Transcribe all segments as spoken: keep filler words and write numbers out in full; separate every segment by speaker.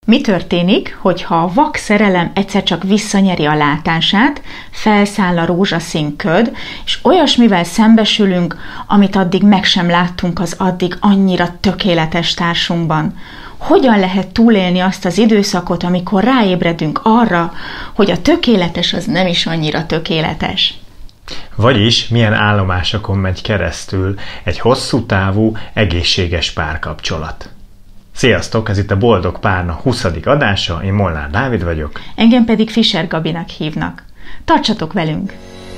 Speaker 1: Mi történik, hogyha a vak szerelem egyszer csak visszanyeri a látását, felszáll a rózsaszín köd, és olyasmivel szembesülünk, amit addig meg sem láttunk az addig annyira tökéletes társunkban? Hogyan lehet túlélni azt az időszakot, amikor ráébredünk arra, hogy a tökéletes az nem is annyira tökéletes?
Speaker 2: Vagyis milyen állomásokon megy keresztül egy hosszú távú, egészséges párkapcsolat. Sziasztok, ez itt a Boldog Párna huszadik adása, én Molnár Dávid vagyok.
Speaker 1: Engem pedig Fischer Gabinak hívnak. Tartsatok velünk!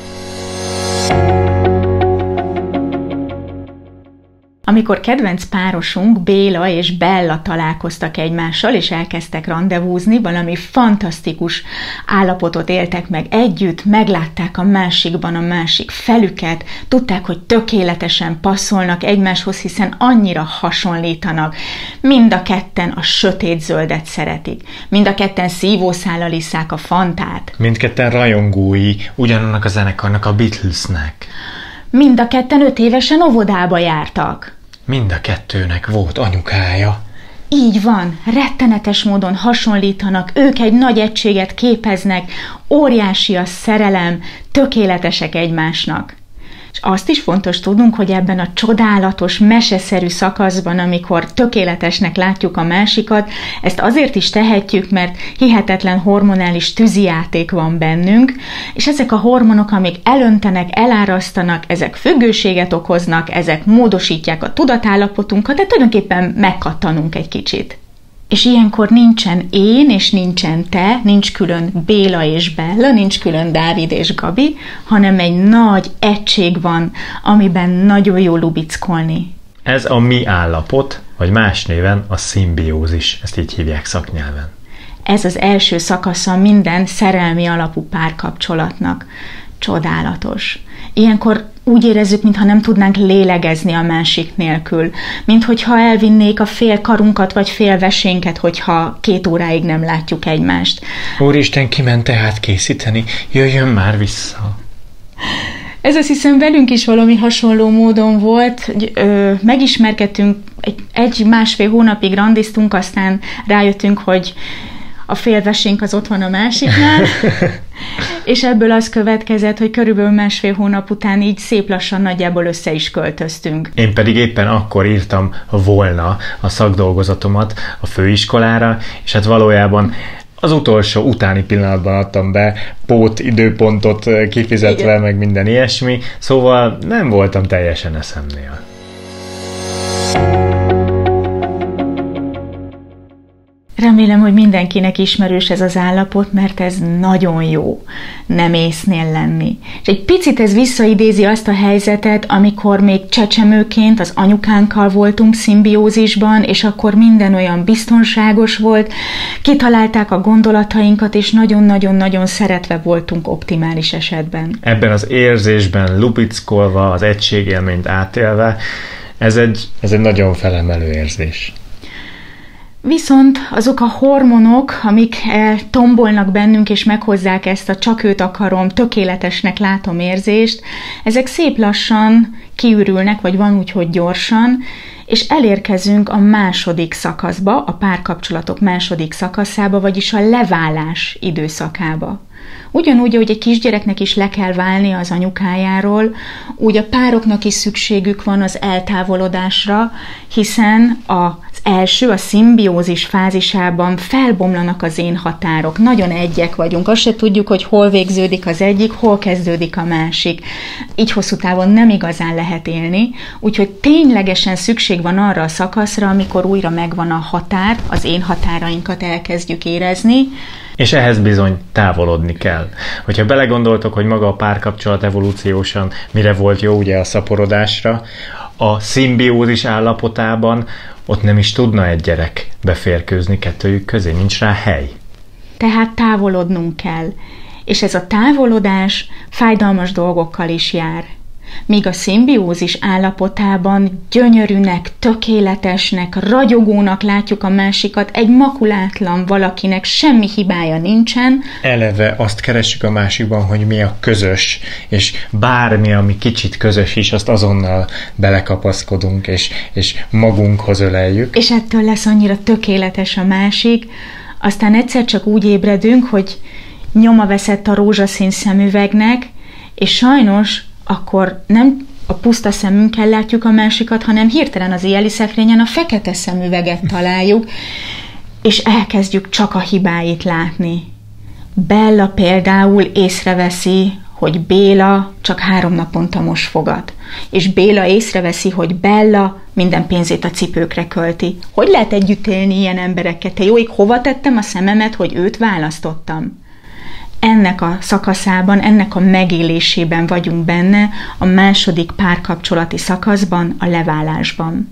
Speaker 1: Amikor kedvenc párosunk, Béla és Bella találkoztak egymással, és elkezdtek randevúzni, valami fantasztikus állapotot éltek meg együtt, meglátták a másikban a másik felüket, tudták, hogy tökéletesen passzolnak egymáshoz, hiszen annyira hasonlítanak. Mind a ketten a sötét zöldet szeretik. Mind a ketten szívószállal isszák a Fantát.
Speaker 2: Mindketten rajongói ugyanannak a zenekarnak, a Beatlesnek.
Speaker 1: Mind a ketten öt évesen óvodába jártak.
Speaker 2: Mind a kettőnek volt anyukája.
Speaker 1: Így van, rettenetes módon hasonlítanak, ők egy nagy egységet képeznek, óriási a szerelem, tökéletesek egymásnak. És azt is fontos tudnunk, hogy ebben a csodálatos, meseszerű szakaszban, amikor tökéletesnek látjuk a másikat, ezt azért is tehetjük, mert hihetetlen hormonális tűzijáték van bennünk, és ezek a hormonok, amik elöntenek, elárasztanak, ezek függőséget okoznak, ezek módosítják a tudatállapotunkat, de tulajdonképpen megkattanunk egy kicsit. És ilyenkor nincsen én és nincsen te, nincs külön Béla és Bella, nincs külön Dávid és Gabi, hanem egy nagy egység van, amiben nagyon jó lubickolni.
Speaker 2: Ez a mi állapot, vagy más néven a szimbiózis, ezt így hívják szaknyelven.
Speaker 1: Ez az első szakasza minden szerelmi alapú párkapcsolatnak. Csodálatos. Ilyenkor úgy érezzük, mintha nem tudnánk lélegezni a másik nélkül, minthogyha elvinnék a fél karunkat vagy fél vesénket, hogyha két óráig nem látjuk egymást.
Speaker 2: Úristen, kiment tehát készíteni, jöjjön már vissza.
Speaker 1: Ez azt hiszem velünk is valami hasonló módon volt, hogy ö, megismerkedtünk, egy, egy másfél hónapig randiztunk, aztán rájöttünk, hogy a félvesénk az ott van a másiknál, és ebből az következett, hogy körülbelül másfél hónap után így szép lassan nagyjából össze is költöztünk.
Speaker 2: Én pedig éppen akkor írtam volna a szakdolgozatomat a főiskolára, és hát valójában az utolsó utáni pillanatban adtam be, pót időpontot kifizetve, igen, meg minden ilyesmi, szóval nem voltam teljesen eszemnél.
Speaker 1: Remélem, hogy mindenkinek ismerős ez az állapot, mert ez nagyon jó nem észnél lenni. És egy picit ez visszaidézi azt a helyzetet, amikor még csecsemőként az anyukánkkal voltunk szimbiózisban, és akkor minden olyan biztonságos volt, kitalálták a gondolatainkat, és nagyon-nagyon-nagyon szeretve voltunk optimális esetben.
Speaker 2: Ebben az érzésben lubickolva, az egységélményt átélve, ez egy, ez egy nagyon felemelő érzés.
Speaker 1: Viszont azok a hormonok, amik tombolnak bennünk és meghozzák ezt a csak őt akarom, tökéletesnek látom érzést, ezek szép lassan kiürülnek, vagy van úgy, hogy gyorsan, és elérkezünk a második szakaszba, a párkapcsolatok második szakaszába, vagyis a leválás időszakába. Ugyanúgy, hogy egy kisgyereknek is le kell válni az anyukájáról, úgy a pároknak is szükségük van az eltávolodásra, hiszen az első, a szimbiózis fázisában felbomlanak az én határok. Nagyon egyek vagyunk, azt se tudjuk, hogy hol végződik az egyik, hol kezdődik a másik. Így hosszú távon nem igazán lehet élni, úgyhogy ténylegesen szükség van arra a szakaszra, amikor újra megvan a határ, az én határainkat elkezdjük érezni,
Speaker 2: és ehhez bizony távolodni kell. Hogyha belegondoltok, hogy maga a párkapcsolat evolúciósan mire volt jó, ugye a szaporodásra, a szimbiózis állapotában ott nem is tudna egy gyerek beférkőzni kettőjük közé, nincs rá hely.
Speaker 1: Tehát távolodnunk kell. És ez a távolodás fájdalmas dolgokkal is jár. míg a szimbiózis állapotában gyönyörűnek, tökéletesnek, ragyogónak látjuk a másikat, egy makulátlan valakinek semmi hibája nincsen.
Speaker 2: Eleve azt keressük a másikban, hogy mi a közös, és bármi, ami kicsit közös is, azt azonnal belekapaszkodunk, és, és magunkhoz öleljük.
Speaker 1: És ettől lesz annyira tökéletes a másik, aztán egyszer csak úgy ébredünk, hogy nyoma veszett a rózsaszín szemüvegnek, és sajnos akkor nem a puszta szemünkkel látjuk a másikat, hanem hirtelen az éjjeli szekrényen a fekete szemüveget találjuk, és elkezdjük csak a hibáit látni. Bella például észreveszi, hogy Béla csak három naponta mos fogat. És Béla észreveszi, hogy Bella minden pénzét a cipőkre költi. Hogy lehet együtt élni ilyen emberekkel? Te jó ég, hova tettem a szememet, hogy őt választottam? Ennek a szakaszában, ennek a megélésében vagyunk benne, a második párkapcsolati szakaszban, a leválásban.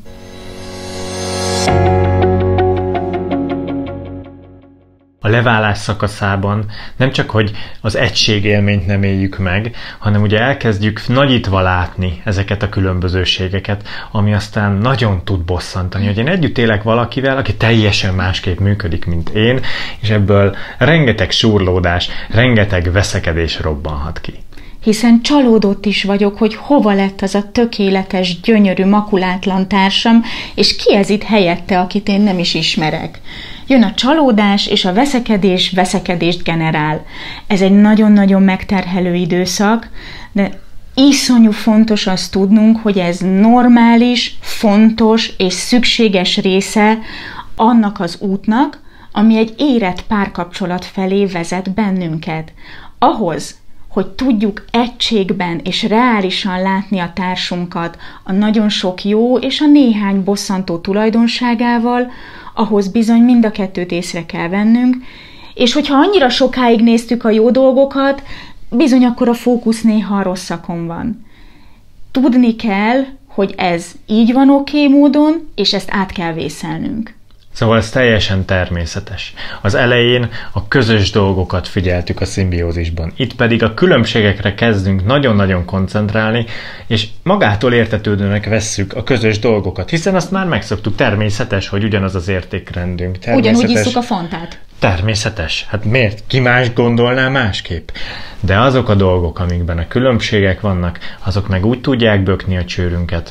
Speaker 2: A leválás szakaszában nem csak, hogy az egységélményt nem éljük meg, hanem ugye elkezdjük nagyítva látni ezeket a különbözőségeket, ami aztán nagyon tud bosszantani, hogy én együtt élek valakivel, aki teljesen másképp működik, mint én, és ebből rengeteg súrlódás, rengeteg veszekedés robbanhat ki.
Speaker 1: Hiszen csalódott is vagyok, hogy hova lett az a tökéletes, gyönyörű, makulátlan társam, és ki ez itt helyette, akit én nem is ismerek. Jön a csalódás, és a veszekedés veszekedést generál. Ez egy nagyon-nagyon megterhelő időszak, de iszonyú fontos azt tudnunk, hogy ez normális, fontos és szükséges része annak az útnak, ami egy érett párkapcsolat felé vezet bennünket. Ahhoz, hogy tudjuk egységben és reálisan látni a társunkat a nagyon sok jó és a néhány bosszantó tulajdonságával, ahhoz bizony mind a kettőt észre kell vennünk, és hogyha annyira sokáig néztük a jó dolgokat, bizony akkor a fókusz néha a rosszakon van. Tudni kell, hogy ez így van oké módon, és ezt át kell vészelnünk.
Speaker 2: Szóval ez teljesen természetes. Az elején a közös dolgokat figyeltük a szimbiózisban. Itt pedig a különbségekre kezdünk nagyon-nagyon koncentrálni, és magától értetődőnek vesszük a közös dolgokat, hiszen azt már megszoktuk. Természetes, hogy ugyanaz az értékrendünk.
Speaker 1: Ugyanúgy isszuk a fantát.
Speaker 2: Természetes. Hát miért? Ki más gondolná másképp? De azok a dolgok, amikben a különbségek vannak, azok meg úgy tudják bökni a csőrünket.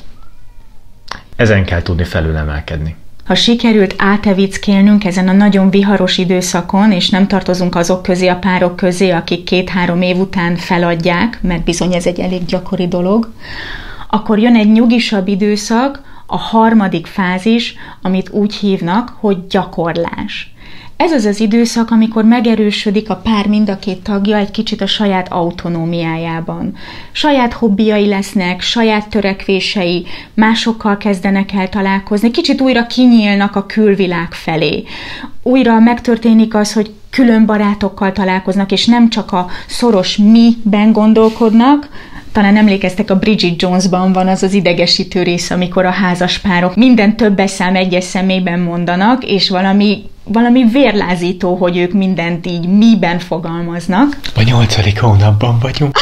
Speaker 2: Ezen kell tudni felülemelkedni.
Speaker 1: Ha sikerült átevickélnünk ezen a nagyon viharos időszakon, és nem tartozunk azok közé, a párok közé, akik két-három év után feladják, mert bizony ez egy elég gyakori dolog, akkor jön egy nyugisabb időszak, a harmadik fázis, amit úgy hívnak, hogy gyakorlás. Ez az az időszak, amikor megerősödik a pár mind a két tagja egy kicsit a saját autonómiájában. Saját hobbiai lesznek, saját törekvései, másokkal kezdenek el találkozni, kicsit újra kinyílnak a külvilág felé. Újra megtörténik az, hogy külön barátokkal találkoznak, és nem csak a szoros mi-ben gondolkodnak. Talán emlékeztek, a Bridget Jonesban van az az idegesítő rész, amikor a házaspárok minden többes szám egyes személyben mondanak, és valami valami vérlázító, hogy ők mindent így miben fogalmaznak.
Speaker 2: A nyolcadik hónapban vagyunk.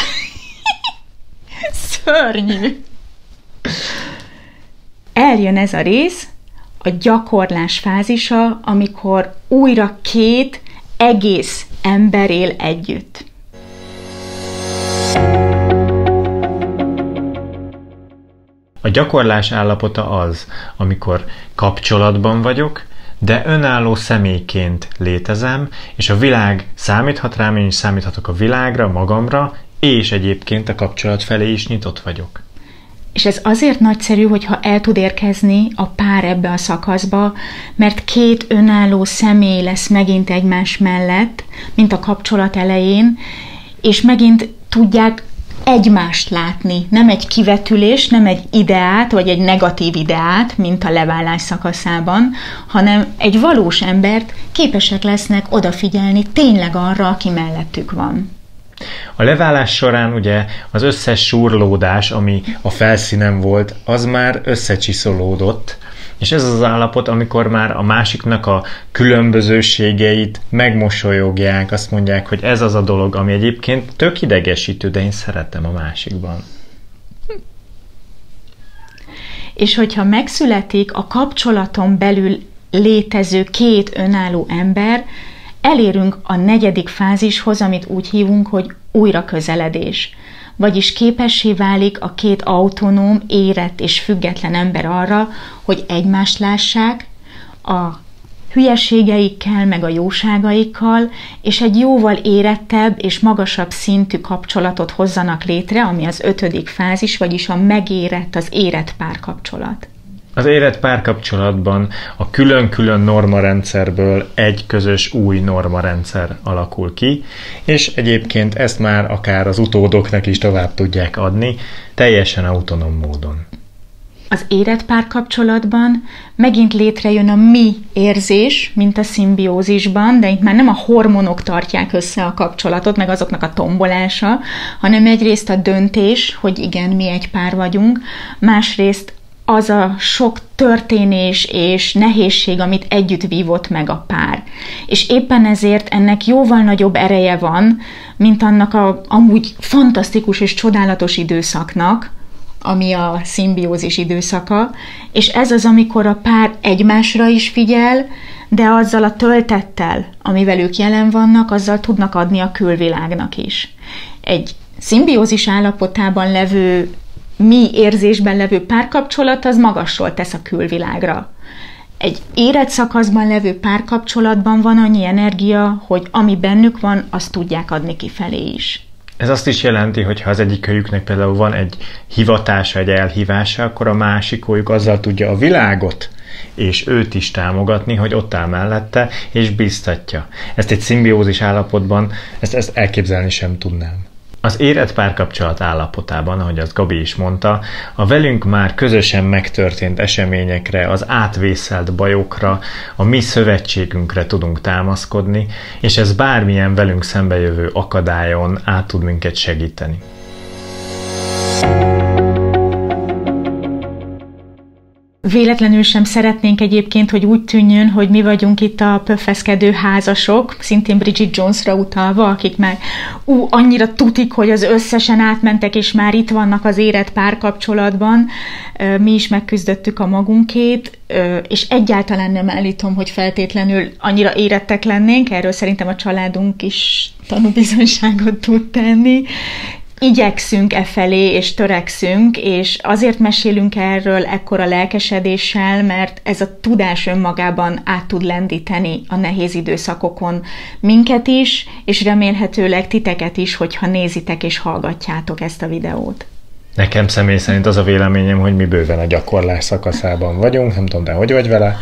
Speaker 1: Szörnyű. Eljön ez a rész, a gyakorlás fázisa, amikor újra két egész ember él együtt.
Speaker 2: A gyakorlás állapota az, amikor kapcsolatban vagyok, de önálló személyként létezem, és a világ számíthat rám, én is számíthatok a világra, magamra, és egyébként a kapcsolat felé is nyitott vagyok.
Speaker 1: És ez azért nagyszerű, hogyha el tud érkezni a pár ebbe a szakaszba, mert két önálló személy lesz megint egymás mellett, mint a kapcsolat elején, és megint tudják egymást látni, nem egy kivetülés, nem egy ideát, vagy egy negatív ideát, mint a leválás szakaszában, hanem egy valós embert képesek lesznek odafigyelni tényleg arra, aki mellettük van.
Speaker 2: A leválás során ugye az összes súrlódás, ami a felszínen volt, az már összecsiszolódott, és ez az állapot, amikor már a másiknak a különbözőségeit megmosolyogják, azt mondják, hogy ez az a dolog, ami egyébként tök idegesítő, de én szeretem a másikban.
Speaker 1: És hogyha megszületik a kapcsolaton belül létező két önálló ember, elérünk a negyedik fázishoz, amit úgy hívunk, hogy újraközeledés. Vagyis képessé válik a két autonóm, érett és független ember arra, hogy egymást lássák, a hülyeségeikkel, meg a jóságaikkal, és egy jóval érettebb és magasabb szintű kapcsolatot hozzanak létre, ami az ötödik fázis, vagyis a megérett, az érett párkapcsolat.
Speaker 2: Az érett párkapcsolatban a külön-külön normarendszerből egy közös új normarendszer alakul ki, és egyébként ezt már akár az utódoknak is tovább tudják adni, teljesen autonóm módon.
Speaker 1: Az érett párkapcsolatban megint létrejön a mi érzés, mint a szimbiózisban, de itt már nem a hormonok tartják össze a kapcsolatot, meg azoknak a tombolása, hanem egyrészt a döntés, hogy igen, mi egy pár vagyunk, másrészt az a sok történés és nehézség, amit együtt vívott meg a pár. És éppen ezért ennek jóval nagyobb ereje van, mint annak a amúgy fantasztikus és csodálatos időszaknak, ami a szimbiózis időszaka, és ez az, amikor a pár egymásra is figyel, de azzal a töltettel, amivel ők jelen vannak, azzal tudnak adni a külvilágnak is. Egy szimbiózis állapotában levő, mi érzésben levő párkapcsolat, az magasról tesz a külvilágra. Egy érett szakaszban levő párkapcsolatban van annyi energia, hogy ami bennük van, azt tudják adni kifelé is.
Speaker 2: Ez azt is jelenti, hogy ha az egyikőjüknek például van egy hivatása, egy elhívása, akkor a másikójuk azzal tudja a világot és őt is támogatni, hogy ott áll mellette, és biztatja. Ezt egy szimbiózis állapotban, ezt, ezt elképzelni sem tudnám. Az érett párkapcsolat állapotában, ahogy azt Gabi is mondta, a velünk már közösen megtörtént eseményekre, az átvészelt bajokra, a mi szövetségünkre tudunk támaszkodni, és ez bármilyen velünk szembejövő akadályon át tud minket segíteni.
Speaker 1: Véletlenül sem szeretnénk egyébként, hogy úgy tűnjön, hogy mi vagyunk itt a pöffeszkedő házasok, szintén Bridget Jonesra utalva, akik már ú, annyira tutik, hogy az összesen átmentek, és már itt vannak az érett párkapcsolatban. Mi is megküzdöttük a magunkét, és egyáltalán nem állítom, hogy feltétlenül annyira érettek lennénk, erről szerintem a családunk is tanúbizonyságot tud tenni. Igyekszünk e felé, és törekszünk, és azért mesélünk erről ekkora lelkesedéssel, mert ez a tudás önmagában át tud lendíteni a nehéz időszakokon minket is, és remélhetőleg titeket is, hogyha nézitek és hallgatjátok ezt a videót.
Speaker 2: Nekem személy szerint az a véleményem, hogy mi bőven a gyakorlás szakaszában vagyunk, nem tudom, de hogy vagy vele?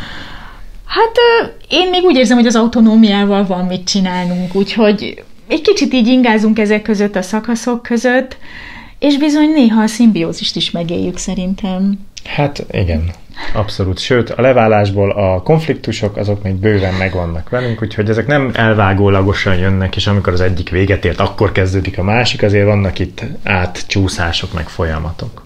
Speaker 1: Hát én még úgy érzem, hogy az autonómiával van mit csinálnunk, úgyhogy egy kicsit így ingázunk ezek között a szakaszok között, és bizony néha a szimbiózist is megéljük szerintem.
Speaker 2: Hát igen, abszolút. Sőt, a leválásból a konfliktusok azok még bőven megvannak velünk, úgyhogy ezek nem elvágólagosan jönnek, és amikor az egyik véget ért, akkor kezdődik a másik, azért vannak itt átcsúszások, meg folyamatok.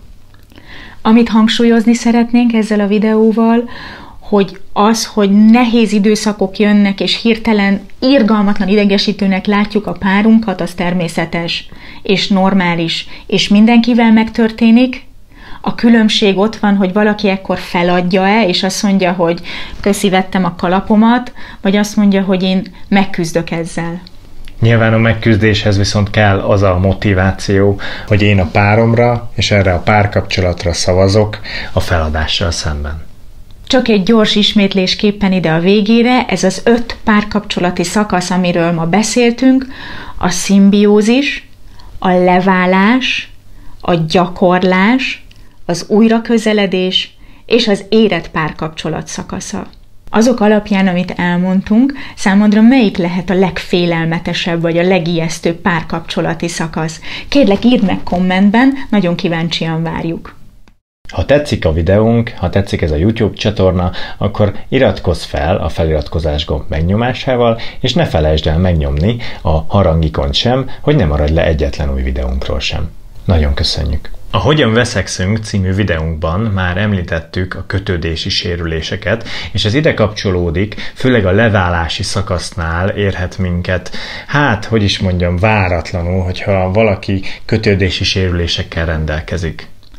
Speaker 1: Amit hangsúlyozni szeretnénk ezzel a videóval, hogy az, hogy nehéz időszakok jönnek, és hirtelen irgalmatlan idegesítőnek látjuk a párunkat, az természetes, és normális, és mindenkivel megtörténik. A különbség ott van, hogy valaki ekkor feladja-e, és azt mondja, hogy köszi, vettem a kalapomat, vagy azt mondja, hogy én megküzdök ezzel.
Speaker 2: Nyilván a megküzdéshez viszont kell az a motiváció, hogy én a páromra, és erre a párkapcsolatra szavazok a feladással szemben.
Speaker 1: Csak egy gyors ismétlésképpen ide a végére, ez az öt párkapcsolati szakasz, amiről ma beszéltünk, a szimbiózis, a leválás, a gyakorlás, az újraközeledés és az érett párkapcsolat szakasza. Azok alapján, amit elmondtunk, számodra melyik lehet a legfélelmetesebb vagy a legijesztőbb párkapcsolati szakasz? Kérlek, írd meg kommentben, nagyon kíváncsian várjuk.
Speaker 2: Ha tetszik a videónk, ha tetszik ez a YouTube csatorna, akkor iratkozz fel a feliratkozás gomb megnyomásával, és ne felejtsd el megnyomni a harangikont sem, hogy ne maradj le egyetlen új videónkról sem. Nagyon köszönjük! A Hogyan veszekszünk című videónkban már említettük a kötődési sérüléseket, és ez ide kapcsolódik, főleg a leválási szakasznál érhet minket, hát, hogy is mondjam, váratlanul, hogyha valaki kötődési sérülésekkel rendelkezik.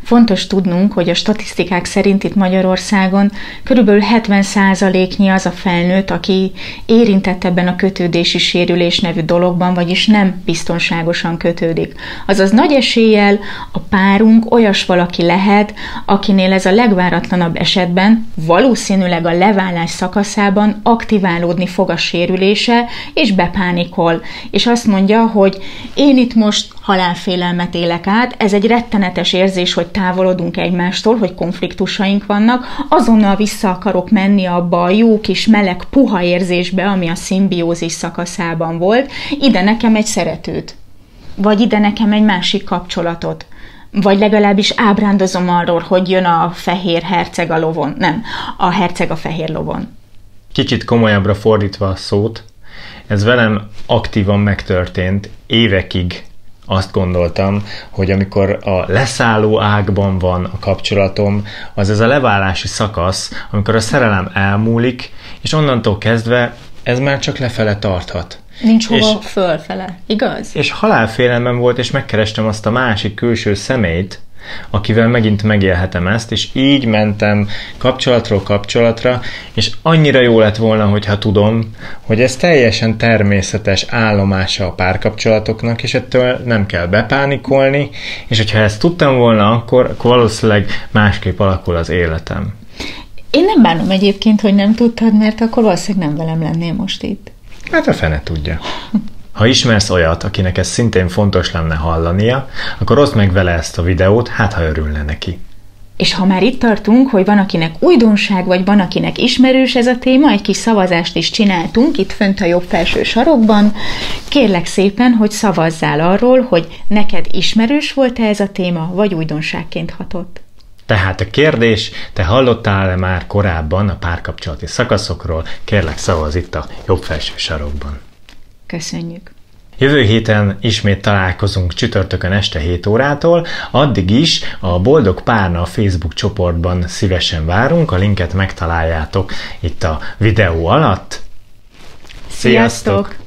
Speaker 1: Fontos tudnunk, hogy a statisztikák szerint itt Magyarországon körülbelül hetven százaléknyi az a felnőtt, aki érintett ebben a kötődési sérülés nevű dologban, vagyis nem biztonságosan kötődik. Azaz nagy eséllyel a párunk olyas valaki lehet, akinél ez a legváratlanabb esetben valószínűleg a leválás szakaszában aktiválódni fog a sérülése, és bepánikol. És azt mondja, hogy én itt most halálfélelmet élek át, ez egy rettenetes érzés, hogy távolodunk egymástól, hogy konfliktusaink vannak, azonnal vissza akarok menni abba a jó kis meleg puha érzésbe, ami a szimbiózis szakaszában volt, ide nekem egy szeretőt, vagy ide nekem egy másik kapcsolatot, vagy legalábbis ábrándozom arról, hogy jön a fehér herceg a lovon, nem, a herceg a fehér lovon.
Speaker 2: Kicsit komolyabbra fordítva a szót, ez velem aktívan megtörtént, évekig azt gondoltam, hogy amikor a leszálló ágban van a kapcsolatom, az ez a leválási szakasz, amikor a szerelem elmúlik, és onnantól kezdve ez már csak lefele tarthat.
Speaker 1: Nincs hova és, fölfele, igaz?
Speaker 2: És halálfélelmem volt, és megkerestem azt a másik külső személyt, akivel megint megélhetem ezt, és így mentem kapcsolatról kapcsolatra, és annyira jó lett volna, hogyha tudom, hogy ez teljesen természetes állomása a párkapcsolatoknak, és ettől nem kell bepánikolni, és hogyha ezt tudtam volna, akkor, akkor valószínűleg másképp alakul az életem.
Speaker 1: Én nem bánom egyébként, hogy nem tudtad, mert akkor valószínűleg nem velem lennél most itt.
Speaker 2: Hát a fene tudja. Ha ismersz olyat, akinek ez szintén fontos lenne hallania, akkor oszd meg vele ezt a videót, hát ha örülne neki.
Speaker 1: És ha már itt tartunk, hogy van akinek újdonság, vagy van akinek ismerős ez a téma, egy kis szavazást is csináltunk itt fönt a jobb felső sarokban. Kérlek szépen, hogy szavazzál arról, hogy neked ismerős volt-e ez a téma, vagy újdonságként hatott.
Speaker 2: Tehát a kérdés, te hallottál-e már korábban a párkapcsolati szakaszokról? Kérlek, szavazz itt a jobb felső sarokban.
Speaker 1: Köszönjük!
Speaker 2: Jövő héten ismét találkozunk csütörtökön este hét órától, addig is a Boldog Párna a Facebook csoportban szívesen várunk, a linket megtaláljátok itt a videó alatt.
Speaker 1: Sziasztok! Sziasztok!